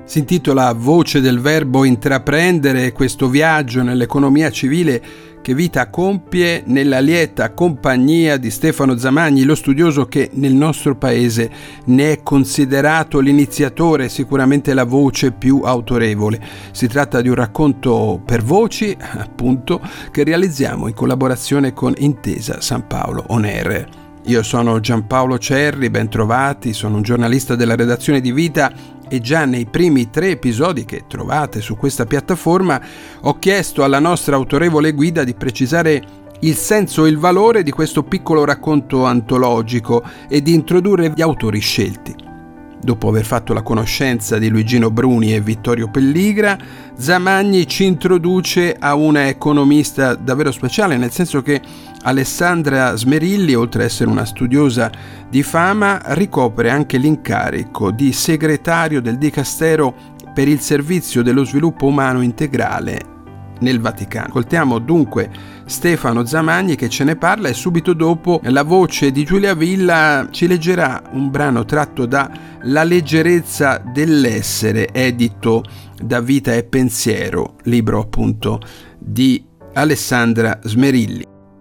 Si intitola Voce del verbo intraprendere, questo viaggio nell'economia civile che vita compie nella lieta compagnia di Stefano Zamagni, lo studioso che nel nostro paese ne è considerato l'iniziatore, sicuramente la voce più autorevole. Si tratta di un racconto per voci, appunto, che realizziamo in collaborazione con Intesa San Paolo On Air. Io sono Giampaolo Cerri, ben trovati, sono un giornalista della redazione di Vita e già nei primi 3 episodi che trovate su questa piattaforma ho chiesto alla nostra autorevole guida di precisare il senso e il valore di questo piccolo racconto antologico e di introdurre gli autori scelti. Dopo aver fatto la conoscenza di Luigino Bruni e Vittorio Pelligra, Zamagni ci introduce a una economista davvero speciale, nel senso che Alessandra Smerilli, oltre ad essere una studiosa di fama, ricopre anche l'incarico di segretario del Dicastero per il servizio dello sviluppo umano integrale nel Vaticano. Ascoltiamo dunque Stefano Zamagni che ce ne parla e subito dopo la voce di Giulia Villa ci leggerà un brano tratto da La leggerezza dell'essere, edito da Vita e Pensiero, libro appunto di Alessandra Smerilli.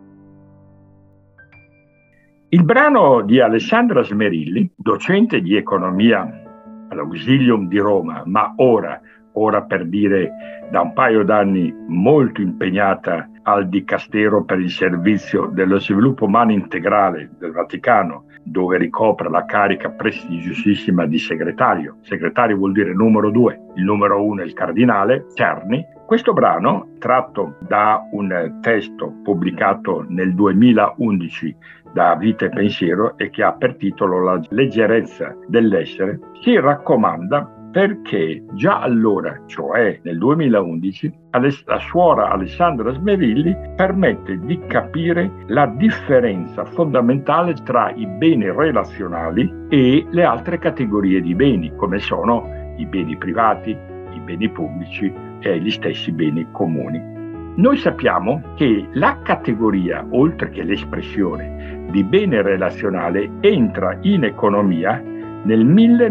Il brano di Alessandra Smerilli, docente di economia all'Auxilium di Roma, ma ora per dire da un paio d'anni molto impegnata al Dicastero per il servizio dello sviluppo umano integrale del Vaticano, dove ricopre la carica prestigiosissima di segretario. Segretario vuol dire numero 2, il numero 1 è il cardinale Cerni. Questo brano, tratto da un testo pubblicato nel 2011 da Vita e Pensiero e che ha per titolo La leggerezza dell'essere, si raccomanda perché già allora, cioè nel 2011, la suora Alessandra Smerilli permette di capire la differenza fondamentale tra i beni relazionali e le altre categorie di beni, come sono i beni privati, i beni pubblici e gli stessi beni comuni. Noi sappiamo che la categoria, oltre che l'espressione di bene relazionale, entra in economia nel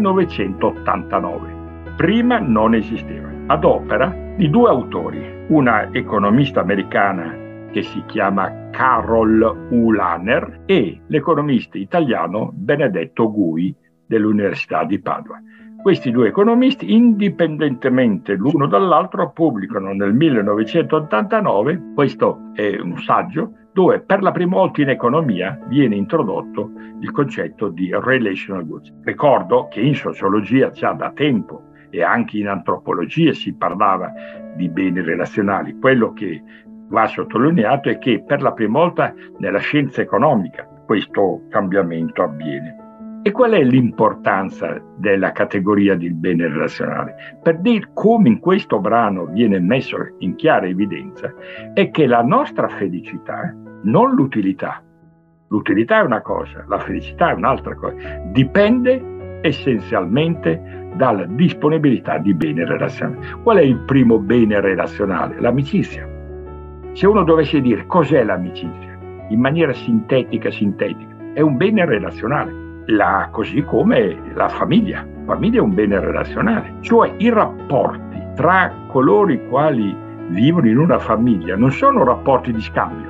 1989. Prima non esisteva, ad opera di 2 autori, una economista americana che si chiama Carol Ulaner e l'economista italiano Benedetto Gui dell'Università di Padova. Questi 2 economisti, indipendentemente l'uno dall'altro, pubblicano nel 1989, questo è un saggio, dove per la prima volta in economia viene introdotto il concetto di relational goods. Ricordo che in sociologia già da tempo e anche in antropologia si parlava di beni relazionali. Quello che va sottolineato è che per la prima volta nella scienza economica questo cambiamento avviene. E qual è l'importanza della categoria del bene relazionale? Per dire come in questo brano viene messo in chiara evidenza, è che la nostra felicità, non l'utilità, l'utilità è una cosa, la felicità è un'altra cosa, dipende essenzialmente dalla disponibilità di beni relazionali. Qual è il primo bene relazionale? L'amicizia. Se uno dovesse dire cos'è l'amicizia, in maniera sintetica, è un bene relazionale. Così come la famiglia. La famiglia è un bene relazionale, cioè i rapporti tra coloro i quali vivono in una famiglia non sono rapporti di scambio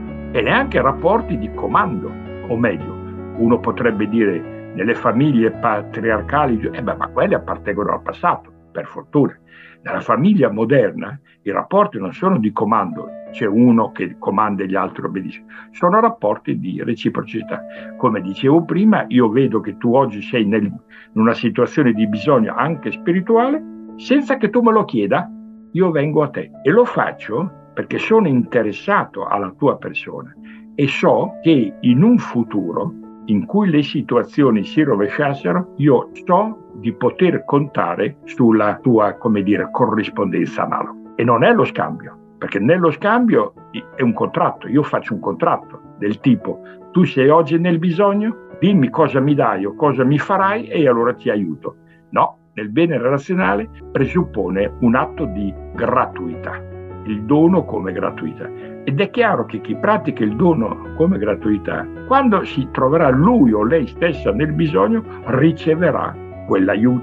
e neanche rapporti di comando, o meglio, uno potrebbe dire nelle famiglie patriarcali, ma quelle appartengono al passato, per fortuna. Nella famiglia moderna i rapporti non sono di comando, c'è uno che comanda e gli altri obbediscono, sono rapporti di reciprocità. Come dicevo prima, io vedo che tu oggi sei in una situazione di bisogno anche spirituale, senza che tu me lo chieda, io vengo a te e lo faccio perché sono interessato alla tua persona e so che in un futuro in cui le situazioni si rovesciassero, io so di poter contare sulla tua, corrispondenza analoga. E non è lo scambio, perché nello scambio è un contratto, io faccio un contratto del tipo: tu sei oggi nel bisogno, dimmi cosa mi dai o cosa mi farai e allora ti aiuto. No, nel bene relazionale presuppone un atto di gratuità, il dono come gratuità. Ed è chiaro che chi pratica il dono come gratuità, quando si troverà lui o lei stessa nel bisogno, riceverà quell'aiuto,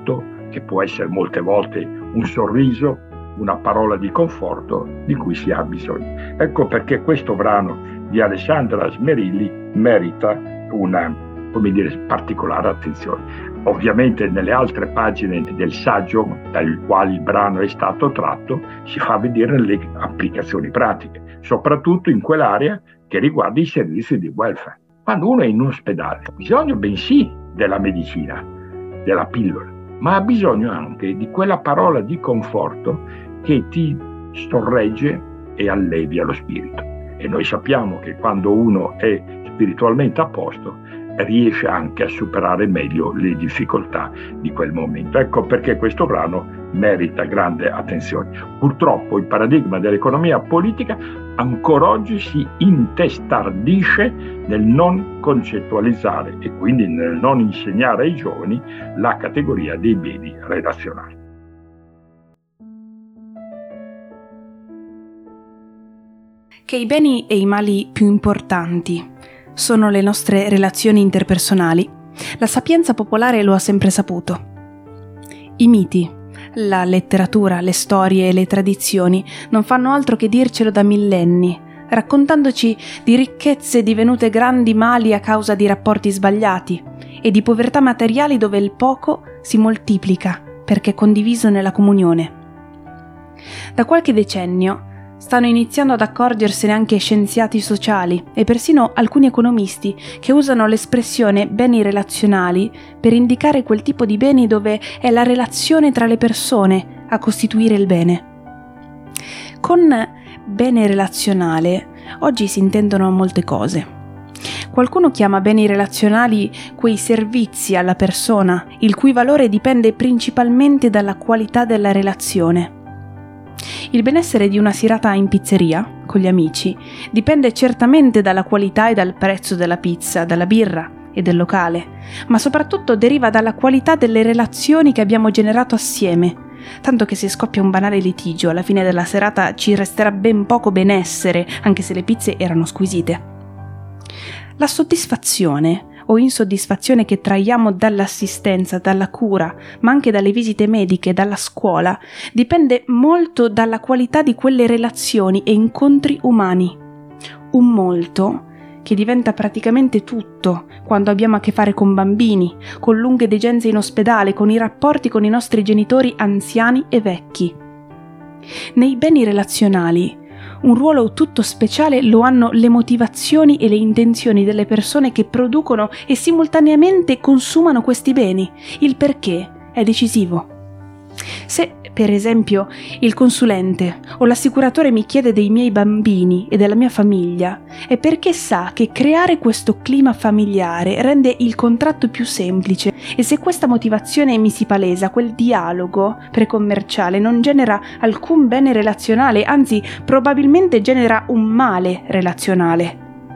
che può essere molte volte un sorriso, una parola di conforto di cui si ha bisogno. Ecco perché questo brano di Alessandra Smerilli merita una, particolare attenzione. Ovviamente nelle altre pagine del saggio dal quale il brano è stato tratto si fa vedere le applicazioni pratiche, soprattutto in quell'area che riguarda i servizi di welfare. Quando uno è in un ospedale ha bisogno bensì della medicina, della pillola, ma ha bisogno anche di quella parola di conforto che ti sorregge e allevia lo spirito. E noi sappiamo che quando uno è spiritualmente a posto riesce anche a superare meglio le difficoltà di quel momento. Ecco perché questo brano merita grande attenzione. Purtroppo il paradigma dell'economia politica ancora oggi si intestardisce nel non concettualizzare e quindi nel non insegnare ai giovani la categoria dei beni relazionali. Che i beni e i mali più importanti sono le nostre relazioni interpersonali, la sapienza popolare lo ha sempre saputo. I miti, la letteratura, le storie e le tradizioni non fanno altro che dircelo da millenni, raccontandoci di ricchezze divenute grandi mali a causa di rapporti sbagliati e di povertà materiali dove il poco si moltiplica perché è condiviso nella comunione. Da qualche decennio stanno iniziando ad accorgersene anche scienziati sociali e persino alcuni economisti che usano l'espressione beni relazionali per indicare quel tipo di beni dove è la relazione tra le persone a costituire il bene. Con bene relazionale oggi si intendono molte cose. Qualcuno chiama beni relazionali quei servizi alla persona il cui valore dipende principalmente dalla qualità della relazione. Il benessere di una serata in pizzeria, con gli amici, dipende certamente dalla qualità e dal prezzo della pizza, dalla birra e del locale, ma soprattutto deriva dalla qualità delle relazioni che abbiamo generato assieme, tanto che se scoppia un banale litigio, alla fine della serata ci resterà ben poco benessere, anche se le pizze erano squisite. La soddisfazione o insoddisfazione che traiamo dall'assistenza, dalla cura, ma anche dalle visite mediche, dalla scuola, dipende molto dalla qualità di quelle relazioni e incontri umani. Un molto che diventa praticamente tutto quando abbiamo a che fare con bambini, con lunghe degenze in ospedale, con i rapporti con i nostri genitori anziani e vecchi. Nei beni relazionali, un ruolo tutto speciale lo hanno le motivazioni e le intenzioni delle persone che producono e simultaneamente consumano questi beni. Il perché è decisivo. Se, per esempio, il consulente o l'assicuratore mi chiede dei miei bambini e della mia famiglia, è perché sa che creare questo clima familiare rende il contratto più semplice e se questa motivazione mi si palesa, quel dialogo precommerciale non genera alcun bene relazionale, anzi probabilmente genera un male relazionale.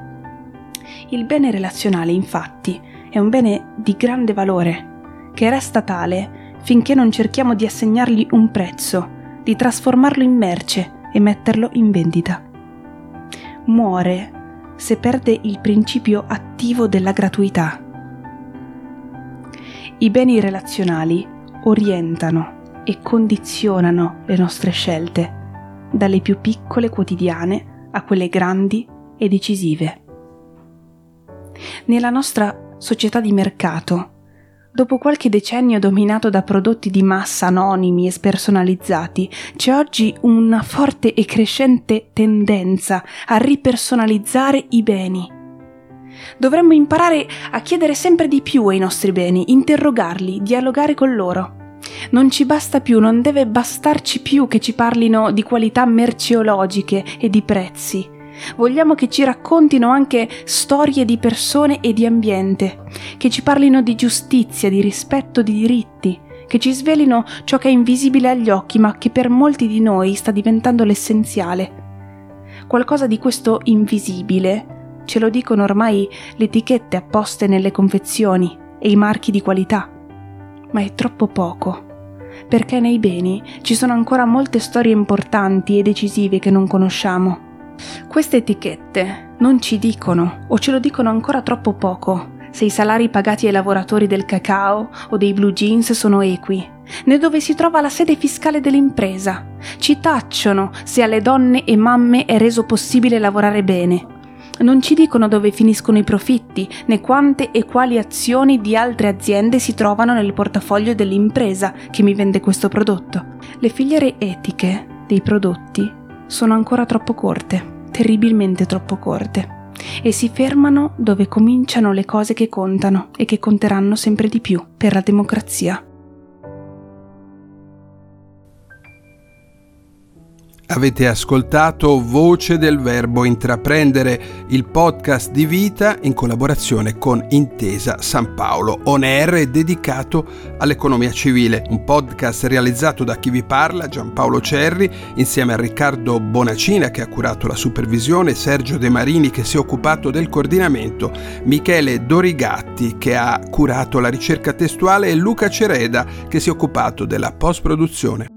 Il bene relazionale, infatti, è un bene di grande valore, che resta tale finché non cerchiamo di assegnargli un prezzo, di trasformarlo in merce e metterlo in vendita. Muore se perde il principio attivo della gratuità. I beni relazionali orientano e condizionano le nostre scelte, dalle più piccole quotidiane a quelle grandi e decisive. Nella nostra società di mercato, dopo qualche decennio dominato da prodotti di massa anonimi e spersonalizzati, c'è oggi una forte e crescente tendenza a ripersonalizzare i beni. Dovremmo imparare a chiedere sempre di più ai nostri beni, interrogarli, dialogare con loro. Non ci basta più, non deve bastarci più che ci parlino di qualità merceologiche e di prezzi. Vogliamo che ci raccontino anche storie di persone e di ambiente, che ci parlino di giustizia, di rispetto di diritti, che ci svelino ciò che è invisibile agli occhi ma che per molti di noi sta diventando l'essenziale. Qualcosa di questo invisibile ce lo dicono ormai le etichette apposte nelle confezioni e i marchi di qualità, ma è troppo poco, perché nei beni ci sono ancora molte storie importanti e decisive che non conosciamo. Queste etichette non ci dicono, o ce lo dicono ancora troppo poco, se i salari pagati ai lavoratori del cacao o dei blue jeans sono equi, né dove si trova la sede fiscale dell'impresa. Ci tacciono se alle donne e mamme è reso possibile lavorare bene. Non ci dicono dove finiscono i profitti, né quante e quali azioni di altre aziende si trovano nel portafoglio dell'impresa che mi vende questo prodotto. Le filiere etiche dei prodotti sono ancora troppo corte, terribilmente troppo corte, e si fermano dove cominciano le cose che contano e che conteranno sempre di più per la democrazia. Avete ascoltato Voce del Verbo Intraprendere, il podcast di Vita in collaborazione con Intesa San Paolo, on air dedicato all'economia civile, un podcast realizzato da chi vi parla, Giampaolo Cerri, insieme a Riccardo Bonacina che ha curato la supervisione, Sergio De Marini che si è occupato del coordinamento, Michele Dorigatti che ha curato la ricerca testuale e Luca Cereda che si è occupato della post-produzione.